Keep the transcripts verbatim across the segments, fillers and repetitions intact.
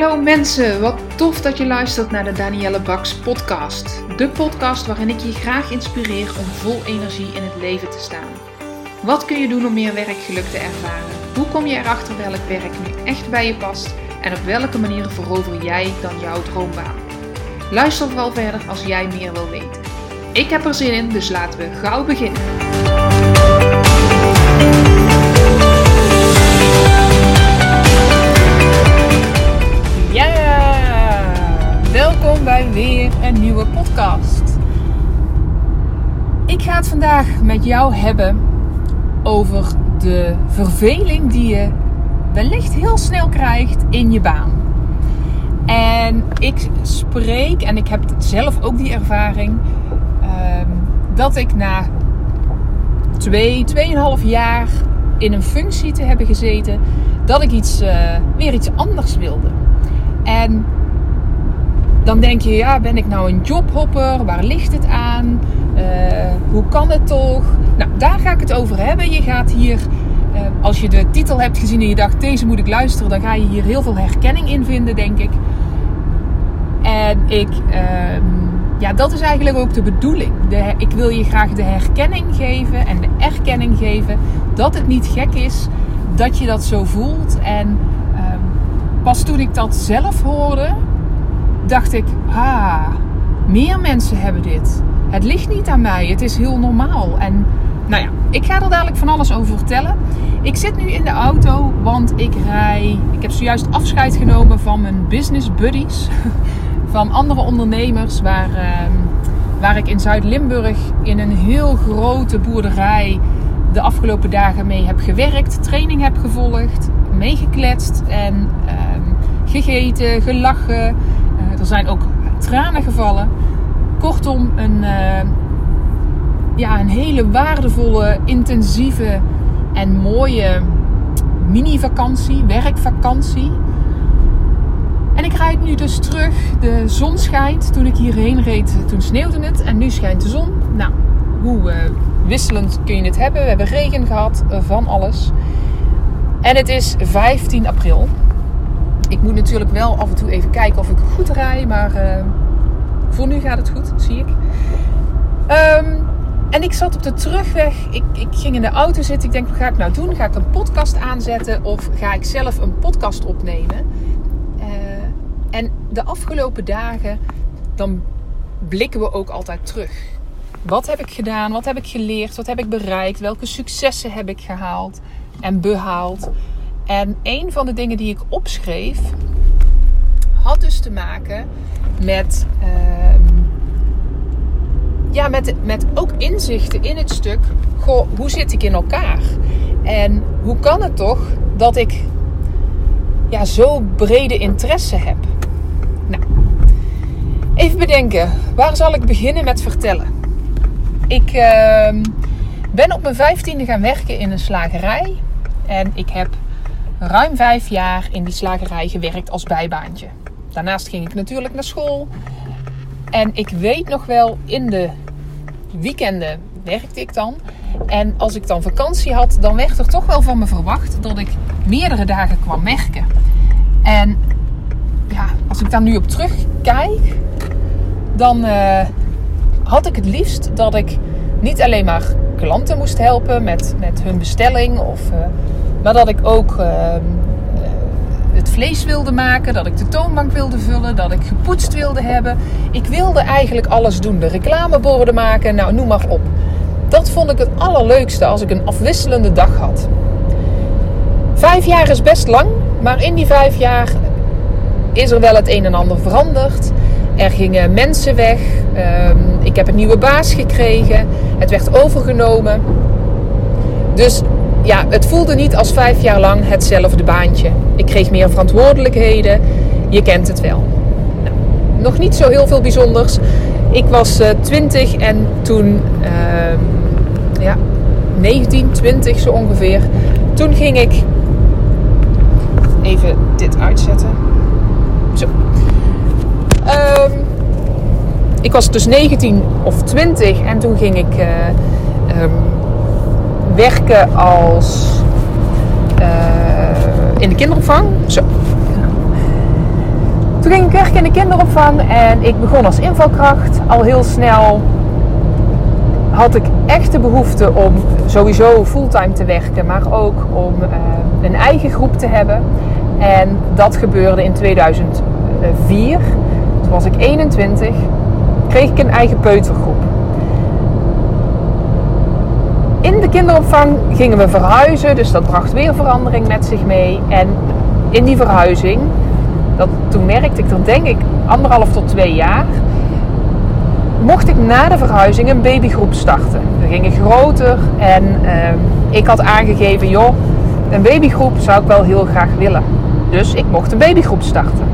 Hallo mensen, wat tof dat je luistert naar de Danielle Baks podcast. De podcast waarin ik je graag inspireer om vol energie in het leven te staan. Wat kun je doen om meer werkgeluk te ervaren? Hoe kom je erachter welk werk nu echt bij je past? En op welke manier verover jij dan jouw droombaan? Luister vooral verder als jij meer wil weten. Ik heb er zin in, dus laten we gauw beginnen. Ja, welkom bij weer een nieuwe podcast. Ik ga het vandaag met jou hebben over de verveling die je wellicht heel snel krijgt in je baan. En ik spreek, en ik heb zelf ook die ervaring, um, dat ik na twee, tweeënhalf jaar in een functie te hebben gezeten, dat ik iets, uh, weer iets anders wilde. En dan denk je, ja, ben ik nou een jobhopper? Waar ligt het aan? Uh, hoe kan het toch? Nou, daar ga ik het over hebben. Je gaat hier, uh, als je de titel hebt gezien en je dacht, deze moet ik luisteren, dan ga je hier heel veel herkenning in vinden, denk ik. En ik, uh, ja, dat is eigenlijk ook de bedoeling. De, ik wil je graag de herkenning geven en de erkenning geven dat het niet gek is dat je dat zo voelt. En pas toen ik dat zelf hoorde, dacht ik, ah, meer mensen hebben dit. Het ligt niet aan mij, het is heel normaal. En nou ja, ik ga er dadelijk van alles over vertellen. Ik zit nu in de auto, want ik rij, ik heb zojuist afscheid genomen van mijn business buddies. Van andere ondernemers waar, uh, waar ik in Zuid-Limburg in een heel grote boerderij de afgelopen dagen mee heb gewerkt. Training heb gevolgd, meegekletst en uh, gegeten, gelachen. Uh, er zijn ook tranen gevallen. Kortom, een, uh, ja, een hele waardevolle, intensieve en mooie mini-vakantie, werkvakantie. En ik rijd nu dus terug. De zon schijnt. Toen ik hierheen reed, toen sneeuwde het. En nu schijnt de zon. Nou, hoe uh, wisselend kun je het hebben? We hebben regen gehad, uh, van alles. En het is vijftien april. Ik moet natuurlijk wel af en toe even kijken of ik goed rij. Maar uh, voor nu gaat het goed, zie ik. Um, en ik zat op de terugweg. Ik, ik ging in de auto zitten. Ik denk, wat ga ik nou doen? Ga ik een podcast aanzetten? Of ga ik zelf een podcast opnemen? Uh, en de afgelopen dagen, dan blikken we ook altijd terug. Wat heb ik gedaan? Wat heb ik geleerd? Wat heb ik bereikt? Welke successen heb ik gehaald en behaald? En een van de dingen die ik opschreef had dus te maken met, uh, ja, met, met ook inzichten in het stuk. Goh, hoe zit ik in elkaar? En hoe kan het toch dat ik ja, zo brede interesse heb? Nou, even bedenken. Waar zal ik beginnen met vertellen? Ik uh, ben op mijn vijftiende gaan werken in een slagerij. En ik heb ruim vijf jaar in die slagerij gewerkt als bijbaantje. Daarnaast ging ik natuurlijk naar school. En ik weet nog wel, in de weekenden werkte ik dan. En als ik dan vakantie had, dan werd er toch wel van me verwacht dat ik meerdere dagen kwam werken. En ja, als ik daar nu op terugkijk, dan uh, had ik het liefst dat ik niet alleen maar klanten moest helpen met, met hun bestelling, of, uh, maar dat ik ook uh, het vlees wilde maken, dat ik de toonbank wilde vullen, dat ik gepoetst wilde hebben. Ik wilde eigenlijk alles doen. De reclameborden maken, nou noem maar op. Dat vond ik het allerleukste als ik een afwisselende dag had. Vijf jaar is best lang, maar in die vijf jaar is er wel het een en ander veranderd. Er gingen mensen weg. Um, ik heb een nieuwe baas gekregen. Het werd overgenomen. Dus ja, het voelde niet als vijf jaar lang hetzelfde baantje. Ik kreeg meer verantwoordelijkheden. Je kent het wel. Nou, nog niet zo heel veel bijzonders. Ik was uh, twintig en toen uh, ja, negentien, twintig zo ongeveer. Toen ging ik even dit uitzetten. Zo. Um, ik was dus negentien of twintig en toen ging ik uh, um, werken als uh, in de kinderopvang. Zo. Toen ging ik werken in de kinderopvang en ik begon als invalkracht. Al heel snel had ik echt de behoefte om sowieso fulltime te werken, maar ook om uh, een eigen groep te hebben. En dat gebeurde in tweeduizend vier. Toen was ik eenentwintig. Kreeg ik een eigen peutergroep. In de kinderopvang gingen we verhuizen, dus dat bracht weer verandering met zich mee. En in die verhuizing, dat, toen merkte ik er denk ik anderhalf tot twee jaar, mocht ik na de verhuizing een babygroep starten. We gingen groter en uh, ik had aangegeven, joh, een babygroep zou ik wel heel graag willen. Dus ik mocht een babygroep starten.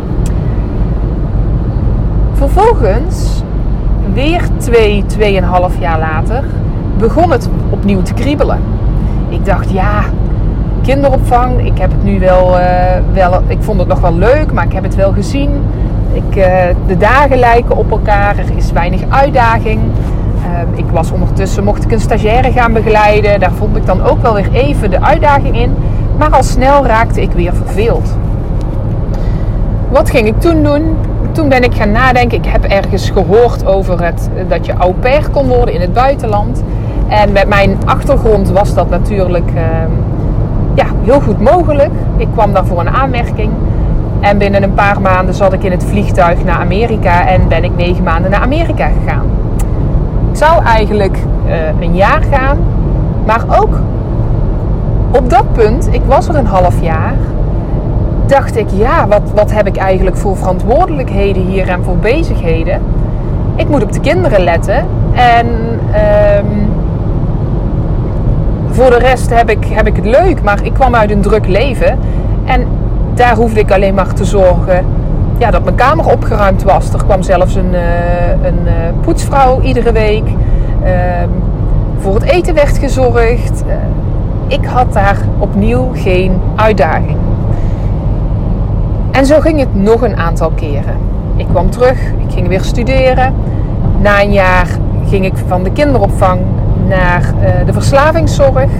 Vervolgens, weer twee, tweeënhalf jaar later, begon het opnieuw te kriebelen. Ik dacht, ja, kinderopvang, ik heb het nu wel, uh, wel, ik vond het nog wel leuk, maar ik heb het wel gezien. Ik, uh, de dagen lijken op elkaar, er is weinig uitdaging. Uh, ik was ondertussen, mocht ik een stagiaire gaan begeleiden, daar vond ik dan ook wel weer even de uitdaging in. Maar al snel raakte ik weer verveeld. Wat ging ik toen doen? Toen ben ik gaan nadenken. Ik heb ergens gehoord over het, dat je au pair kon worden in het buitenland. En met mijn achtergrond was dat natuurlijk uh, ja, heel goed mogelijk. Ik kwam daarvoor in aanmerking. En binnen een paar maanden zat ik in het vliegtuig naar Amerika. En ben ik negen maanden naar Amerika gegaan. Ik zou eigenlijk uh, een jaar gaan. Maar ook op dat punt, ik was er een half jaar, dacht ik, ja, wat, wat heb ik eigenlijk voor verantwoordelijkheden hier en voor bezigheden? Ik moet op de kinderen letten. En um, voor de rest heb ik, heb ik het leuk. Maar ik kwam uit een druk leven. En daar hoefde ik alleen maar te zorgen ja, dat mijn kamer opgeruimd was. Er kwam zelfs een, uh, een uh, poetsvrouw iedere week. Uh, voor het eten werd gezorgd. Uh, ik had daar opnieuw geen uitdaging. En zo ging het nog een aantal keren. Ik kwam terug, ik ging weer studeren. Na een jaar ging ik van de kinderopvang naar uh, de verslavingszorg.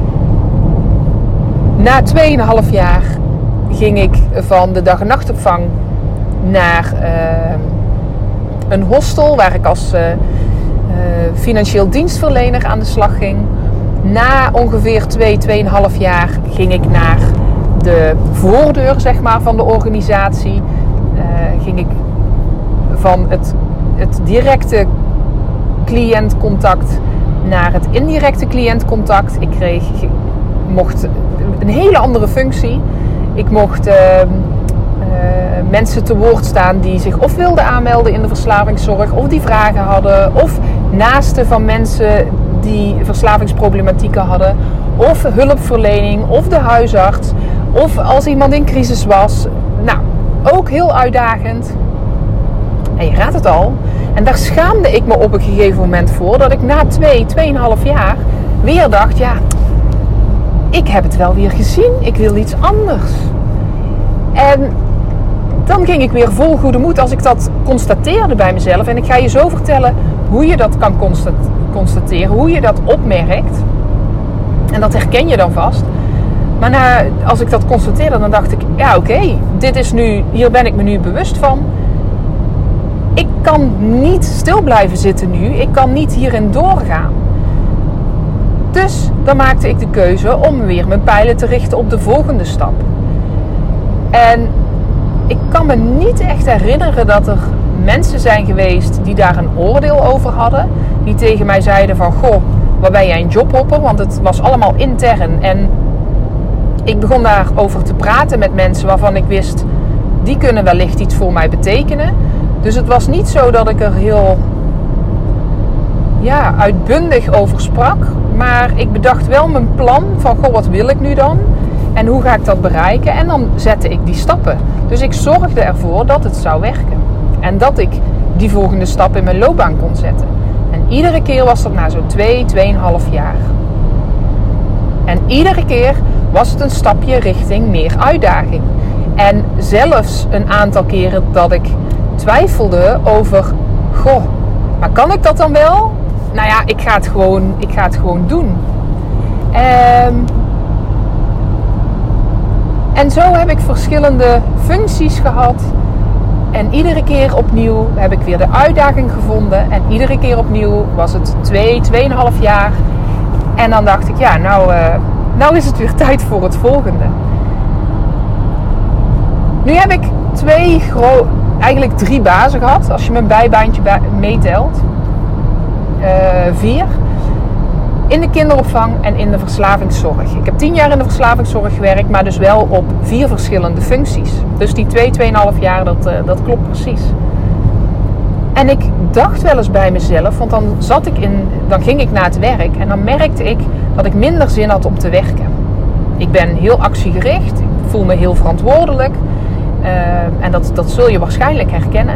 Na tweeënhalf jaar ging ik van de dag- en nachtopvang naar uh, een hostel waar ik als uh, uh, financieel dienstverlener aan de slag ging. Na ongeveer twee, tweeënhalf jaar ging ik naar de voordeur, zeg maar, van de organisatie. Uh, ging ik van het, het directe cliëntcontact naar het indirecte cliëntcontact. Ik kreeg, mocht een hele andere functie. Ik mocht uh, uh, mensen te woord staan die zich of wilden aanmelden in de verslavingszorg, of die vragen hadden, of naasten van mensen die verslavingsproblematieken hadden, of hulpverlening, of de huisarts, of als iemand in crisis was. Nou, ook heel uitdagend. En je raadt het al. En daar schaamde ik me op een gegeven moment voor, dat ik na twee, tweeënhalf jaar weer dacht, ja, ik heb het wel weer gezien, ik wil iets anders. En dan ging ik weer vol goede moed als ik dat constateerde bij mezelf. En ik ga je zo vertellen hoe je dat kan constateren, hoe je dat opmerkt. En dat herken je dan vast. Maar na, als ik dat constateerde, dan dacht ik, ja oké, okay, dit is nu, hier ben ik me nu bewust van. Ik kan niet stil blijven zitten nu, ik kan niet hierin doorgaan. Dus dan maakte ik de keuze om weer mijn pijlen te richten op de volgende stap. En ik kan me niet echt herinneren dat er mensen zijn geweest die daar een oordeel over hadden. Die tegen mij zeiden van, goh, waar ben jij een jobhopper? Want het was allemaal intern. En ik begon daarover te praten met mensen waarvan ik wist, die kunnen wellicht iets voor mij betekenen. Dus het was niet zo dat ik er heel ja, uitbundig over sprak. Maar ik bedacht wel mijn plan van, goh, wat wil ik nu dan? En hoe ga ik dat bereiken? En dan zette ik die stappen. Dus ik zorgde ervoor dat het zou werken. En dat ik die volgende stap in mijn loopbaan kon zetten. En iedere keer was dat na zo'n twee, tweeënhalf jaar. En iedere keer was het een stapje richting meer uitdaging. En zelfs een aantal keren dat ik twijfelde over, goh, maar kan ik dat dan wel? Nou ja, ik ga het gewoon, ik ga het gewoon doen. Um, en zo heb ik verschillende functies gehad. En iedere keer opnieuw heb ik weer de uitdaging gevonden. En iedere keer opnieuw was het twee, tweeënhalf jaar. En dan dacht ik, ja, nou, uh, nou is het weer tijd voor het volgende. Nu heb ik twee, gro- eigenlijk drie bazen gehad. Als je mijn bijbaantje bij- meetelt. Uh, vier. In de kinderopvang en in de verslavingszorg. Ik heb tien jaar in de verslavingszorg gewerkt, maar dus wel op vier verschillende functies. Dus die twee, tweeënhalf jaar, dat, uh, dat klopt precies. En ik dacht wel eens bij mezelf, want dan zat ik in, dan ging ik naar het werk en dan merkte ik dat ik minder zin had om te werken. Ik ben heel actiegericht, ik voel me heel verantwoordelijk. Uh, en dat, dat zul je waarschijnlijk herkennen.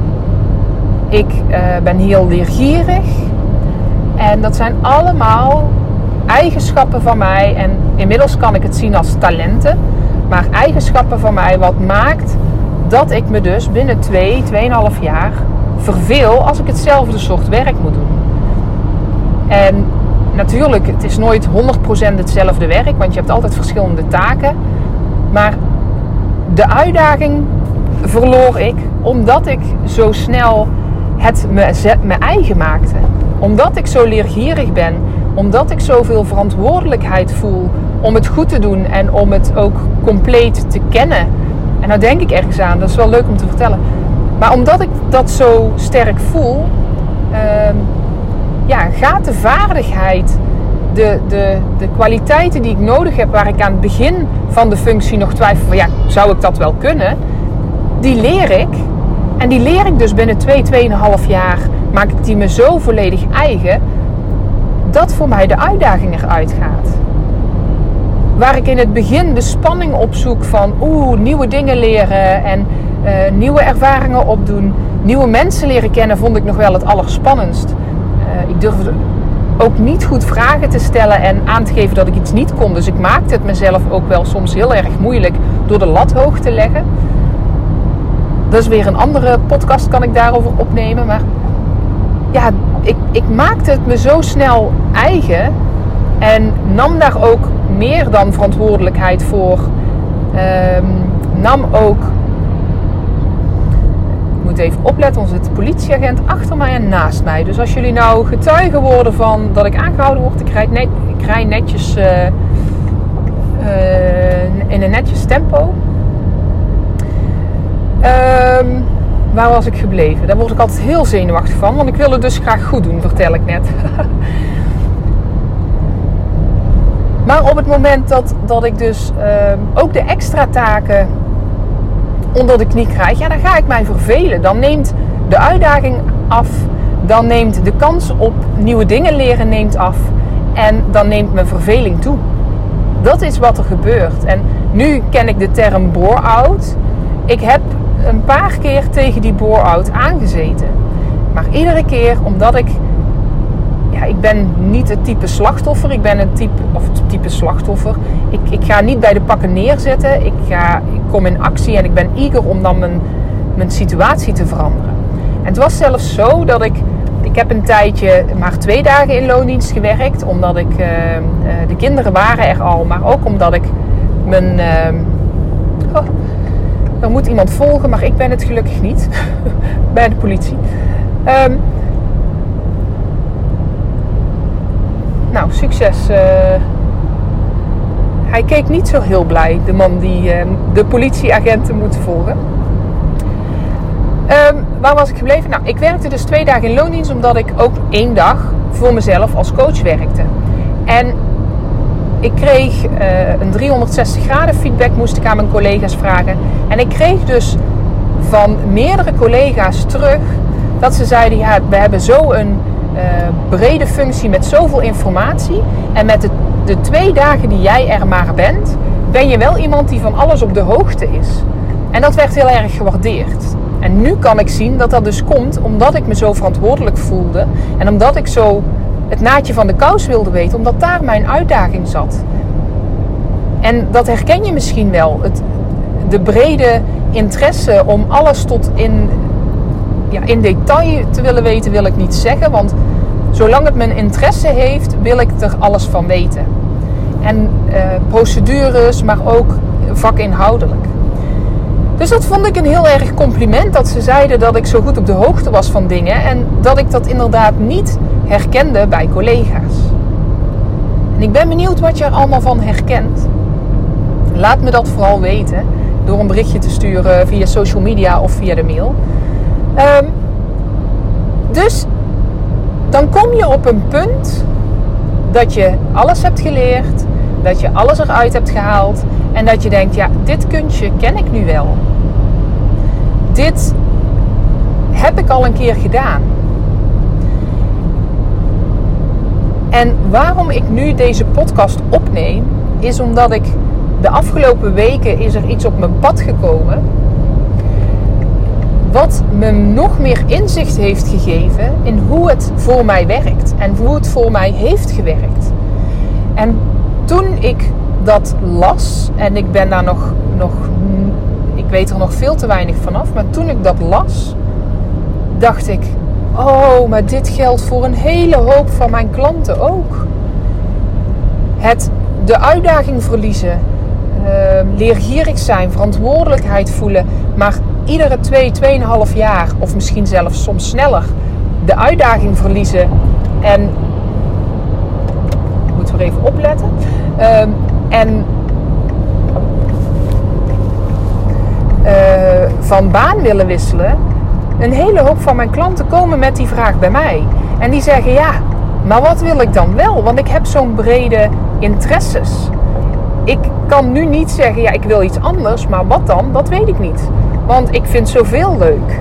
Ik uh, ben heel leergierig. En dat zijn allemaal eigenschappen van mij. En inmiddels kan ik het zien als talenten. Maar eigenschappen van mij wat maakt dat ik me dus binnen twee, tweeënhalf jaar verveel als ik hetzelfde soort werk moet doen. En natuurlijk, het is nooit honderd procent hetzelfde werk. Want je hebt altijd verschillende taken. Maar de uitdaging verloor ik omdat ik zo snel het me, me eigen maakte. Omdat ik zo leergierig ben. Omdat ik zoveel verantwoordelijkheid voel om het goed te doen en om het ook compleet te kennen. En nou denk ik ergens aan, dat is wel leuk om te vertellen. Maar omdat ik dat zo sterk voel, uh, ja, gaat de vaardigheid, de, de, de kwaliteiten die ik nodig heb, waar ik aan het begin van de functie nog twijfel van, ja, zou ik dat wel kunnen? Die leer ik. En die leer ik dus binnen twee, tweeënhalf jaar, maak ik die me zo volledig eigen, dat voor mij de uitdaging eruit gaat. Waar ik in het begin de spanning opzoek van oeh, nieuwe dingen leren en uh, nieuwe ervaringen opdoen, nieuwe mensen leren kennen, vond ik nog wel het allerspannendst. Uh, ik durfde ook niet goed vragen te stellen en aan te geven dat ik iets niet kon. Dus ik maakte het mezelf ook wel soms heel erg moeilijk door de lat hoog te leggen. Dat is weer een andere podcast, kan ik daarover opnemen. Maar ja, ik, ik maakte het me zo snel eigen. En nam daar ook meer dan verantwoordelijkheid voor. Um, nam ook... Ik moet even opletten, want er zit een politieagent achter mij en naast mij. Dus als jullie nou getuigen worden van dat ik aangehouden word, ik rijd, net, ik rijd netjes... Uh, uh, in een netjes tempo. Um, waar was ik gebleven? Daar word ik altijd heel zenuwachtig van. Want ik wil het dus graag goed doen, vertel ik net. Maar op het moment dat, dat ik dus um, ook de extra taken onder de knie krijg, ja, dan ga ik mij vervelen. Dan neemt de uitdaging af. Dan neemt de kans op nieuwe dingen leren neemt af. En dan neemt mijn verveling toe. Dat is wat er gebeurt. En nu ken ik de term bore-out. Ik heb een paar keer tegen die bore-out aangezeten. Maar iedere keer omdat ik... Ja, ik ben niet het type slachtoffer. Ik ben een type... Of het type slachtoffer. Ik, ik ga niet bij de pakken neerzitten. Ik, ga, ik kom in actie en ik ben eager om dan mijn, mijn situatie te veranderen. En het was zelfs zo dat ik... Ik heb een tijdje maar twee dagen in loondienst gewerkt. Omdat ik... Uh, uh, de kinderen waren er al. Maar ook omdat ik mijn... Uh, oh, er moet iemand volgen, maar ik ben het gelukkig niet. Bij de politie. Um, nou, succes. Uh, hij keek niet zo heel blij, de man die uh, de politieagenten moet volgen. Um, waar was ik gebleven? Nou, ik werkte dus twee dagen in loondienst, omdat ik ook één dag voor mezelf als coach werkte. En ik kreeg uh, een driehonderdzestig graden feedback, moest ik aan mijn collega's vragen. En ik kreeg dus van meerdere collega's terug dat ze zeiden, ja, we hebben zo een uh, brede functie met zoveel informatie. En met de, de twee dagen die jij er maar bent, ben je wel iemand die van alles op de hoogte is. En dat werd heel erg gewaardeerd. En nu kan ik zien dat dat dus komt omdat ik me zo verantwoordelijk voelde. En omdat ik zo het naadje van de kous wilde weten, omdat daar mijn uitdaging zat. En dat herken je misschien wel. Het, de brede interesse om alles tot in, ja, in detail te willen weten, wil ik niet zeggen. Want zolang het mijn interesse heeft, wil ik er alles van weten. En uh, procedures, maar ook vakinhoudelijk. Dus dat vond ik een heel erg compliment, dat ze zeiden dat ik zo goed op de hoogte was van dingen en dat ik dat inderdaad niet herkende bij collega's. En ik ben benieuwd wat je er allemaal van herkent. Laat me dat vooral weten door een berichtje te sturen via social media of via de mail. Um, dus dan kom je op een punt dat je alles hebt geleerd, dat je alles eruit hebt gehaald en dat je denkt, ja, dit kunstje ken ik nu wel. Dit heb ik al een keer gedaan. En waarom ik nu deze podcast opneem, is omdat ik de afgelopen weken is er iets op mijn pad gekomen wat me nog meer inzicht heeft gegeven in hoe het voor mij werkt en hoe het voor mij heeft gewerkt. En toen ik dat las, en ik ben daar nog, nog ik weet er nog veel te weinig vanaf, maar toen ik dat las, dacht ik, oh, maar dit geldt voor een hele hoop van mijn klanten ook. Het de uitdaging verliezen, uh, leergierig zijn, verantwoordelijkheid voelen, maar iedere twee, tweeënhalf jaar of misschien zelfs soms sneller de uitdaging verliezen en moeten we even opletten uh, en uh, van baan willen wisselen. Een hele hoop van mijn klanten komen met die vraag bij mij en die zeggen, ja, maar wat wil ik dan wel? Want ik heb zo'n brede interesses. Ik kan nu niet zeggen, ja, ik wil iets anders, maar wat dan? Dat weet ik niet. Want ik vind zoveel leuk.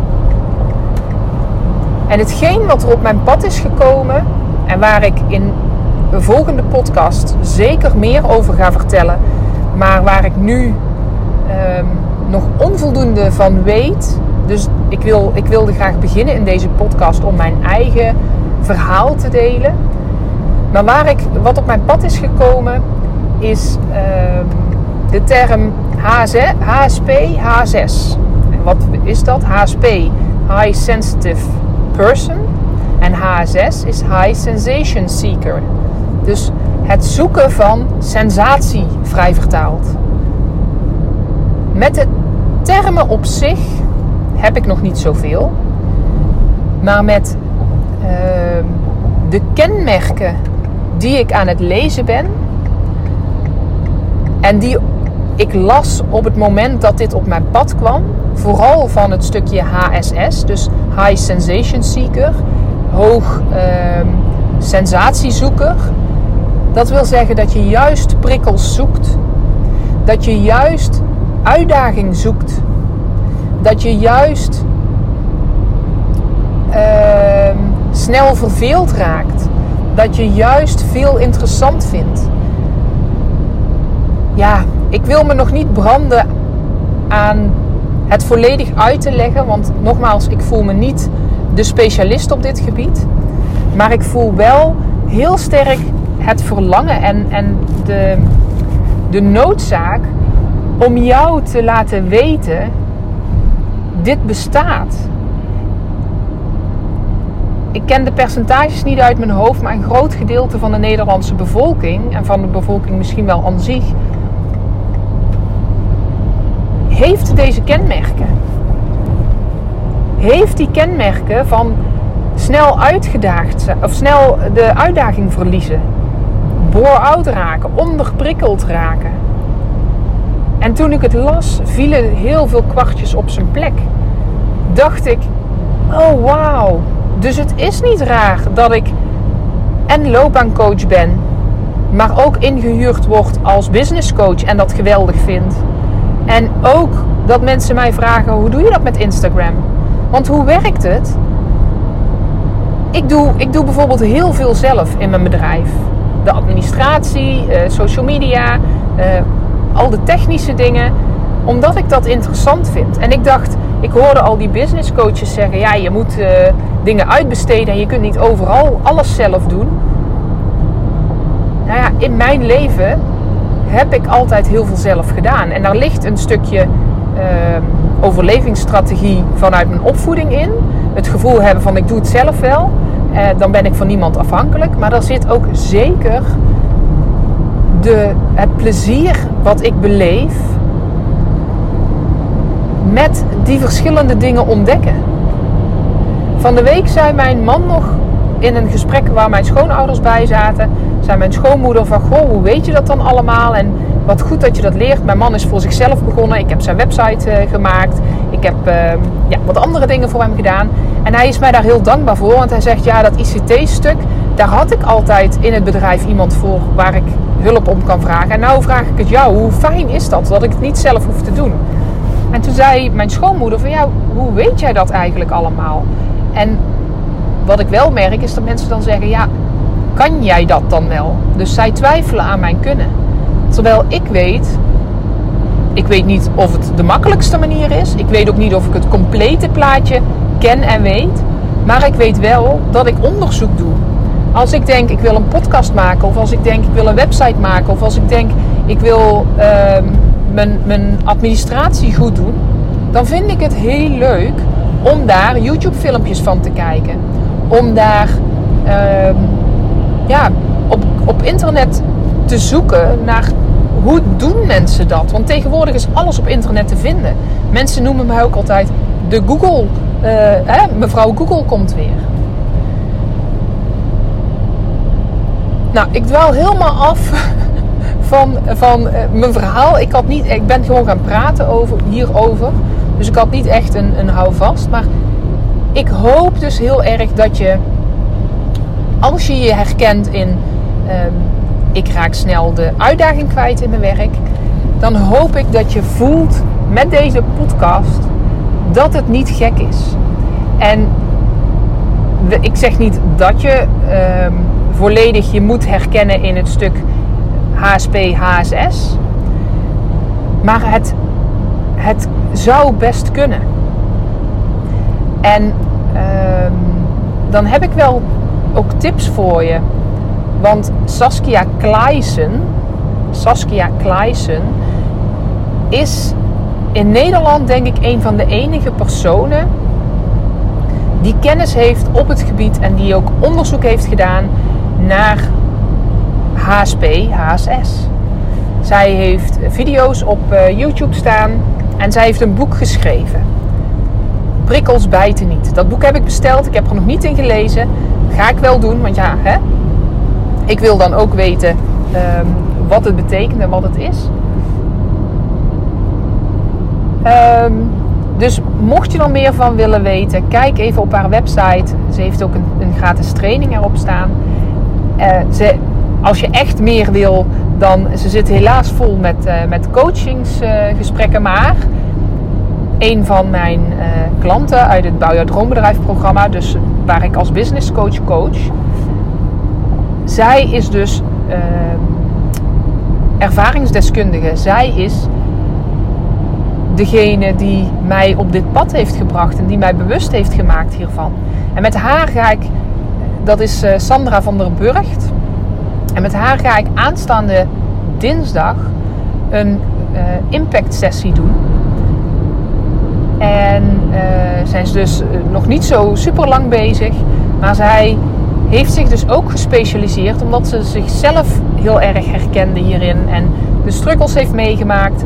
En hetgeen wat er op mijn pad is gekomen en waar ik in de volgende podcast zeker meer over ga vertellen, maar waar ik nu um, nog onvoldoende van weet. Dus ik, wil, ik wilde graag beginnen in deze podcast om mijn eigen verhaal te delen. Maar waar ik, wat op mijn pad is gekomen is uh, de term H S P H zes. En wat is dat? H S P, High Sensitive Person. En H S S is High Sensation Seeker. Dus het zoeken van sensatie, vrij vertaald. Met de termen op zich heb ik nog niet zoveel. Maar met uh, de kenmerken die ik aan het lezen ben en die ik las op het moment dat dit op mijn pad kwam, vooral van het stukje H S S, dus High Sensation Seeker, hoog uh, sensatiezoeker. Dat wil zeggen dat je juist prikkels zoekt, dat je juist uitdaging zoekt, dat je juist uh, snel verveeld raakt, dat je juist veel interessant vindt. Ja, ik wil me nog niet branden aan het volledig uit te leggen, want nogmaals, ik voel me niet de specialist op dit gebied, maar ik voel wel heel sterk het verlangen en, en de, de noodzaak om jou te laten weten, dit bestaat. Ik ken de percentages niet uit mijn hoofd, maar een groot gedeelte van de Nederlandse bevolking, en van de bevolking misschien wel aan zich, heeft deze kenmerken. Heeft die kenmerken van snel uitgedaagd zijn, of snel de uitdaging verliezen, bore-out raken, onderprikkeld raken. En toen ik het las, vielen heel veel kwartjes op zijn plek. Dacht ik, oh wauw, dus het is niet raar dat ik en loopbaancoach ben, maar ook ingehuurd word als businesscoach en dat geweldig vind. En ook dat mensen mij vragen, hoe doe je dat met Instagram? Want hoe werkt het? Ik doe, ik doe bijvoorbeeld heel veel zelf in mijn bedrijf. De administratie, uh, social media, uh, al de technische dingen. Omdat ik dat interessant vind. En ik dacht, ik hoorde al die business coaches zeggen, ja, je moet uh, dingen uitbesteden en je kunt niet overal alles zelf doen. Nou ja, in mijn leven heb ik altijd heel veel zelf gedaan. En daar ligt een stukje uh, overlevingsstrategie vanuit mijn opvoeding in. Het gevoel hebben van ik doe het zelf wel. Uh, dan ben ik van niemand afhankelijk. Maar daar zit ook zeker de, het plezier wat ik beleef met die verschillende dingen ontdekken. Van de week zei mijn man nog in een gesprek waar mijn schoonouders bij zaten, zei mijn schoonmoeder van, goh, hoe weet je dat dan allemaal? En wat goed dat je dat leert. Mijn man is voor zichzelf begonnen. Ik heb zijn website uh, gemaakt. Ik heb uh, ja, wat andere dingen voor hem gedaan. En hij is mij daar heel dankbaar voor. Want hij zegt, ja, dat I C T-stuk, daar had ik altijd in het bedrijf iemand voor waar ik hulp om kan vragen. En nou vraag ik het jou. Hoe fijn is dat? Dat ik het niet zelf hoef te doen. En toen zei mijn schoonmoeder van, ja, hoe weet jij dat eigenlijk allemaal? En wat ik wel merk is dat mensen dan zeggen, ja, kan jij dat dan wel? Dus zij twijfelen aan mijn kunnen. Terwijl ik weet, ik weet niet of het de makkelijkste manier is. Ik weet ook niet of ik het complete plaatje ken en weet. Maar ik weet wel dat ik onderzoek doe. Als ik denk, ik wil een podcast maken. Of als ik denk, ik wil een website maken. Of als ik denk, ik wil uh, mijn, mijn administratie goed doen. Dan vind ik het heel leuk om daar YouTube filmpjes van te kijken. Om daar uh, ja, op, op internet te zoeken naar hoe doen mensen dat. Want tegenwoordig is alles op internet te vinden. Mensen noemen mij ook altijd de Google. Uh, hè, mevrouw Google komt weer. Nou, ik dwaal helemaal af van, van uh, mijn verhaal. Ik, had niet, ik ben gewoon gaan praten over, hierover. Dus ik had niet echt een, een houvast. Maar ik hoop dus heel erg dat je, als je je herkent in, um, ik raak snel de uitdaging kwijt in mijn werk, dan hoop ik dat je voelt met deze podcast dat het niet gek is. En ik zeg niet dat je um, volledig je moet herkennen in het stuk H S P, H S S. Maar het, het zou best kunnen. En um, dan heb ik wel ook tips voor je. Want Saskia Claessen, Saskia Claessen is in Nederland denk ik een van de enige personen die kennis heeft op het gebied en die ook onderzoek heeft gedaan naar H S P, H S S. Zij heeft video's op uh, YouTube staan en zij heeft een boek geschreven. Prikkels bijten niet. Dat boek heb ik besteld. Ik heb er nog niet in gelezen. Ga ik wel doen, want ja, hè? Ik wil dan ook weten um, wat het betekent en wat het is. Um, dus mocht je er meer van willen weten, kijk even op haar website. Ze heeft ook een, een gratis training erop staan. Uh, ze, als je echt meer wil, dan ze zit helaas vol met, uh, met coachingsgesprekken. Uh, maar een van mijn uh, klanten uit het Bouw Jouw Droombedrijf programma, dus waar ik als business coach coach, zij is dus uh, ervaringsdeskundige. Zij is degene die mij op dit pad heeft gebracht en die mij bewust heeft gemaakt hiervan. En met haar ga ik, dat is uh, Sandra van der Burgt, en met haar ga ik aanstaande dinsdag een uh, impact sessie doen. En uh, zij is dus uh, nog niet zo super lang bezig, maar zij heeft zich dus ook gespecialiseerd omdat ze zichzelf heel erg herkende hierin en de struggles heeft meegemaakt.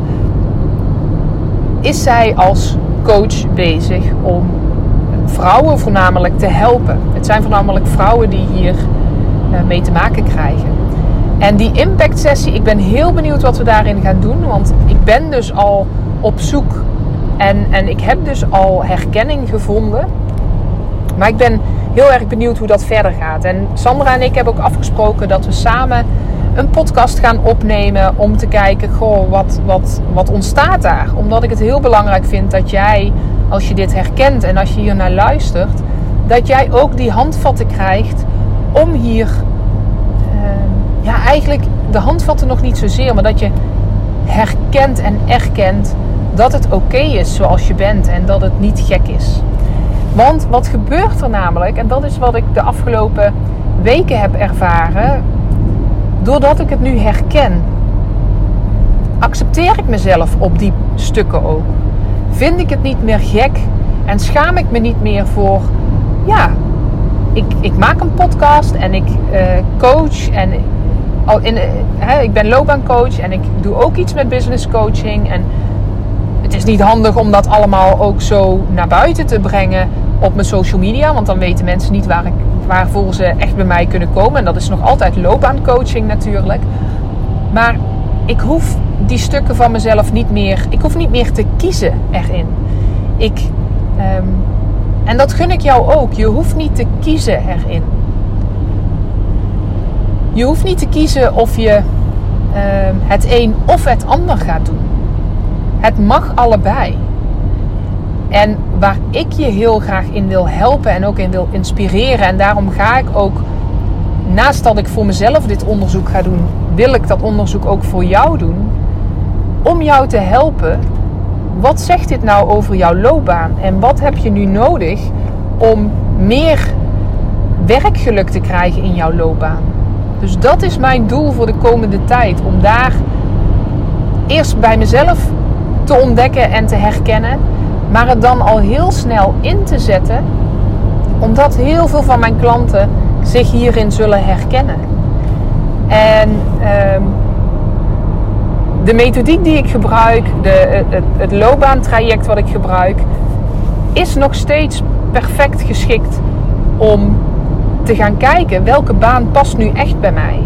Is zij als coach bezig om vrouwen voornamelijk te helpen. Het zijn voornamelijk vrouwen die hier uh, mee te maken krijgen. En die impact sessie, ik ben heel benieuwd wat we daarin gaan doen. Want ik ben dus al op zoek en, en ik heb dus al herkenning gevonden. Maar ik ben heel erg benieuwd hoe dat verder gaat. En Sandra en ik hebben ook afgesproken dat we samen een podcast gaan opnemen om te kijken, goh, wat, wat, wat ontstaat daar? Omdat ik het heel belangrijk vind dat jij, als je dit herkent en als je hier naar luistert, dat jij ook die handvatten krijgt om hier, uh, ja eigenlijk de handvatten nog niet zozeer, maar dat je herkent en erkent dat het oké is zoals je bent en dat het niet gek is. Want wat gebeurt er namelijk, en dat is wat ik de afgelopen weken heb ervaren, doordat ik het nu herken, accepteer ik mezelf op die stukken ook. Vind ik het niet meer gek en schaam ik me niet meer voor, ja, ik, ik maak een podcast en ik uh, coach en in, uh, hè, ik ben loopbaancoach en ik doe ook iets met business coaching en het is niet handig om dat allemaal ook zo naar buiten te brengen op mijn social media. Want dan weten mensen niet waar ik, waarvoor ze echt bij mij kunnen komen. En dat is nog altijd loopbaancoaching natuurlijk. Maar ik hoef die stukken van mezelf niet meer... Ik hoef niet meer te kiezen erin. Ik... Um, en dat gun ik jou ook. Je hoeft niet te kiezen erin. Je hoeft niet te kiezen of je uh, het een of het ander gaat doen. Het mag allebei. En waar ik je heel graag in wil helpen en ook in wil inspireren. En daarom ga ik ook, naast dat ik voor mezelf dit onderzoek ga doen, wil ik dat onderzoek ook voor jou doen. Om jou te helpen. Wat zegt dit nou over jouw loopbaan? En wat heb je nu nodig om meer werkgeluk te krijgen in jouw loopbaan? Dus dat is mijn doel voor de komende tijd. Om daar eerst bij mezelf te ontdekken en te herkennen. Maar het dan al heel snel in te zetten. Omdat heel veel van mijn klanten zich hierin zullen herkennen. En um, de methodiek die ik gebruik, de, het, het loopbaantraject wat ik gebruik, is nog steeds perfect geschikt om te gaan kijken welke baan past nu echt bij mij.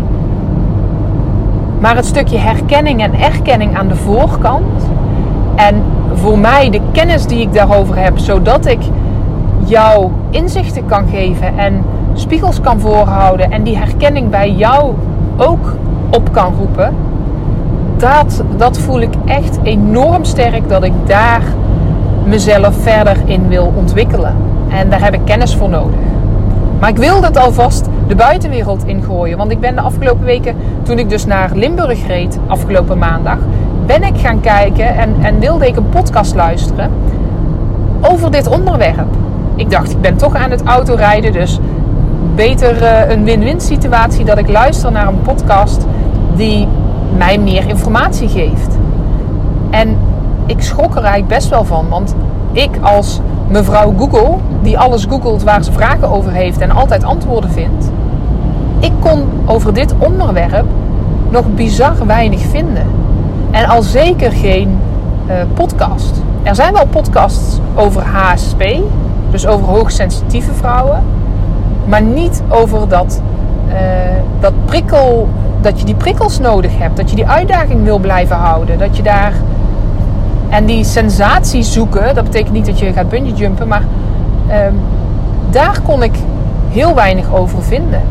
Maar het stukje herkenning en erkenning aan de voorkant en voor mij de kennis die ik daarover heb, zodat ik jou inzichten kan geven en spiegels kan voorhouden en die herkenning bij jou ook op kan roepen, dat, dat voel ik echt enorm sterk dat ik daar mezelf verder in wil ontwikkelen. En daar heb ik kennis voor nodig. Maar ik wil dat alvast de buitenwereld ingooien. Want ik ben de afgelopen weken, toen ik dus naar Limburg reed, afgelopen maandag, ben ik gaan kijken en, en wilde ik een podcast luisteren over dit onderwerp. Ik dacht, ik ben toch aan het autorijden, dus beter uh, een win-win situatie dat ik luister naar een podcast die mij meer informatie geeft. En ik schrok er eigenlijk best wel van, want ik als mevrouw Google, die alles googelt waar ze vragen over heeft en altijd antwoorden vindt, ik kon over dit onderwerp nog bizar weinig vinden. En al zeker geen uh, podcast. Er zijn wel podcasts over H S P, dus over hoogsensitieve vrouwen, maar niet over dat, uh, dat prikkel, dat je die prikkels nodig hebt, dat je die uitdaging wil blijven houden, dat je daar en die sensatie zoeken. Dat betekent niet dat je gaat bungee jumpen, maar uh, daar kon ik heel weinig over vinden.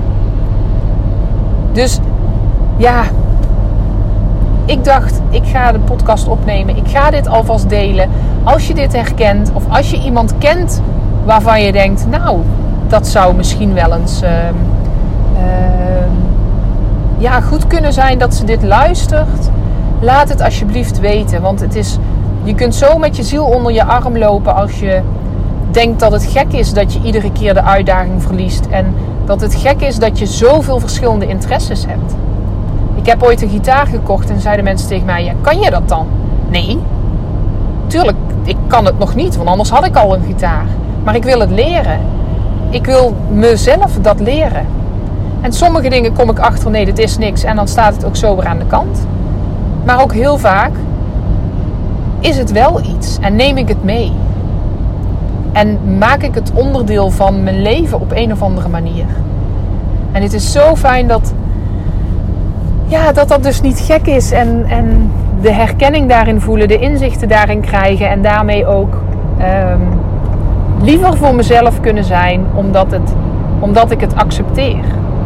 Dus ja, ik dacht, ik ga de podcast opnemen. Ik ga dit alvast delen. Als je dit herkent of als je iemand kent waarvan je denkt, nou, dat zou misschien wel eens uh, uh, ja, goed kunnen zijn dat ze dit luistert. Laat het alsjeblieft weten. Want het is, je kunt zo met je ziel onder je arm lopen als je denkt dat het gek is dat je iedere keer de uitdaging verliest. En dat het gek is dat je zoveel verschillende interesses hebt. Ik heb ooit een gitaar gekocht en zeiden mensen tegen mij, ja, kan je dat dan? Nee, tuurlijk, ik kan het nog niet, want anders had ik al een gitaar. Maar ik wil het leren. Ik wil mezelf dat leren. En sommige dingen kom ik achter, nee, dit is niks. En dan staat het ook zo weer aan de kant. Maar ook heel vaak is het wel iets en neem ik het mee. En maak ik het onderdeel van mijn leven op een of andere manier. En het is zo fijn dat ja, dat, dat dus niet gek is. En, en de herkenning daarin voelen, de inzichten daarin krijgen. En daarmee ook um, liever voor mezelf kunnen zijn. Omdat, het, omdat ik het accepteer.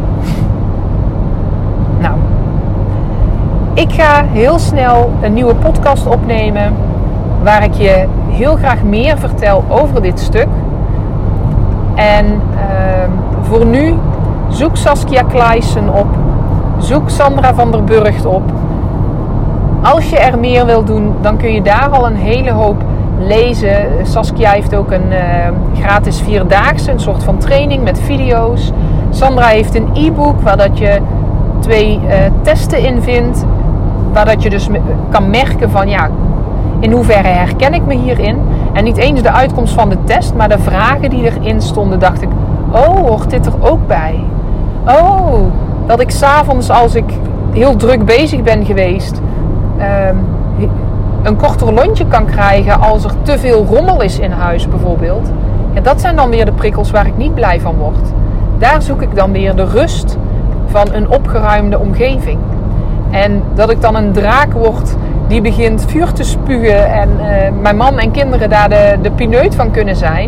Nou, ik ga heel snel een nieuwe podcast opnemen. Waar ik je heel graag meer vertel over dit stuk. En um, voor nu zoek Saskia Claessen op. Zoek Sandra van der Burgt op. Als je er meer wil doen, dan kun je daar al een hele hoop lezen. Saskia heeft ook een uh, gratis vierdaagse, een soort van training met video's. Sandra heeft een e-book waar dat je twee uh, testen in vindt. Waar dat je dus kan merken van ja, in hoeverre herken ik me hierin. En niet eens de uitkomst van de test, maar de vragen die erin stonden, dacht ik, oh, hoort dit er ook bij? Oh, dat ik 's avonds als ik heel druk bezig ben geweest, um, een korter lontje kan krijgen als er te veel rommel is in huis bijvoorbeeld. Ja, dat zijn dan weer de prikkels waar ik niet blij van word. Daar zoek ik dan weer de rust van een opgeruimde omgeving. En dat ik dan een draak word die begint vuur te spugen en uh, mijn man en kinderen daar de, de pineut van kunnen zijn.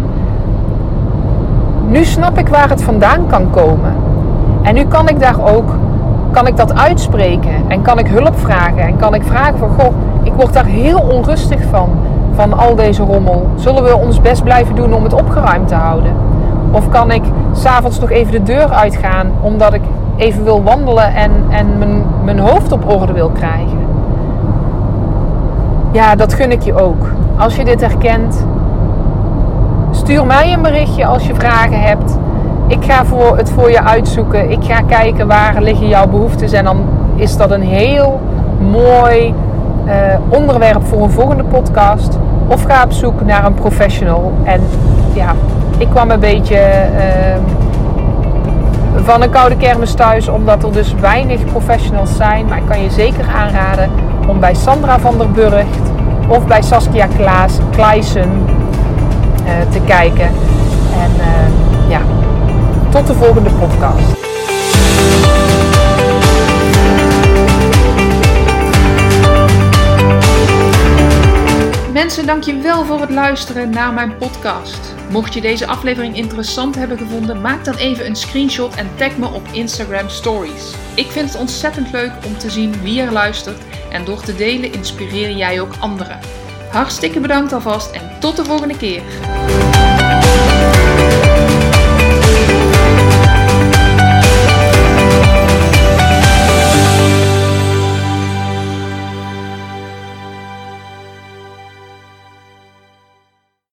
Nu snap ik waar het vandaan kan komen. En nu kan ik daar ook, kan ik dat uitspreken en kan ik hulp vragen. En kan ik vragen van, goh, ik word daar heel onrustig van, van al deze rommel. Zullen we ons best blijven doen om het opgeruimd te houden? Of kan ik 's avonds nog even de deur uitgaan omdat ik even wil wandelen en, en mijn, mijn hoofd op orde wil krijgen? Ja, dat gun ik je ook. Als je dit herkent, stuur mij een berichtje als je vragen hebt. Ik ga voor het voor je uitzoeken. Ik ga kijken waar liggen jouw behoeftes. En dan is dat een heel mooi uh, onderwerp voor een volgende podcast. Of ga op zoek naar een professional. En ja, ik kwam een beetje uh, van een koude kermis thuis. Omdat er dus weinig professionals zijn. Maar ik kan je zeker aanraden om bij Sandra van der Burgt of bij Saskia Klaas, Kleijsen uh, te kijken. En uh, ja, tot de volgende podcast. Mensen, dank je wel voor het luisteren naar mijn podcast. Mocht je deze aflevering interessant hebben gevonden, maak dan even een screenshot en tag me op Instagram Stories. Ik vind het ontzettend leuk om te zien wie er luistert en door te delen inspireer jij ook anderen. Hartstikke bedankt alvast en tot de volgende keer.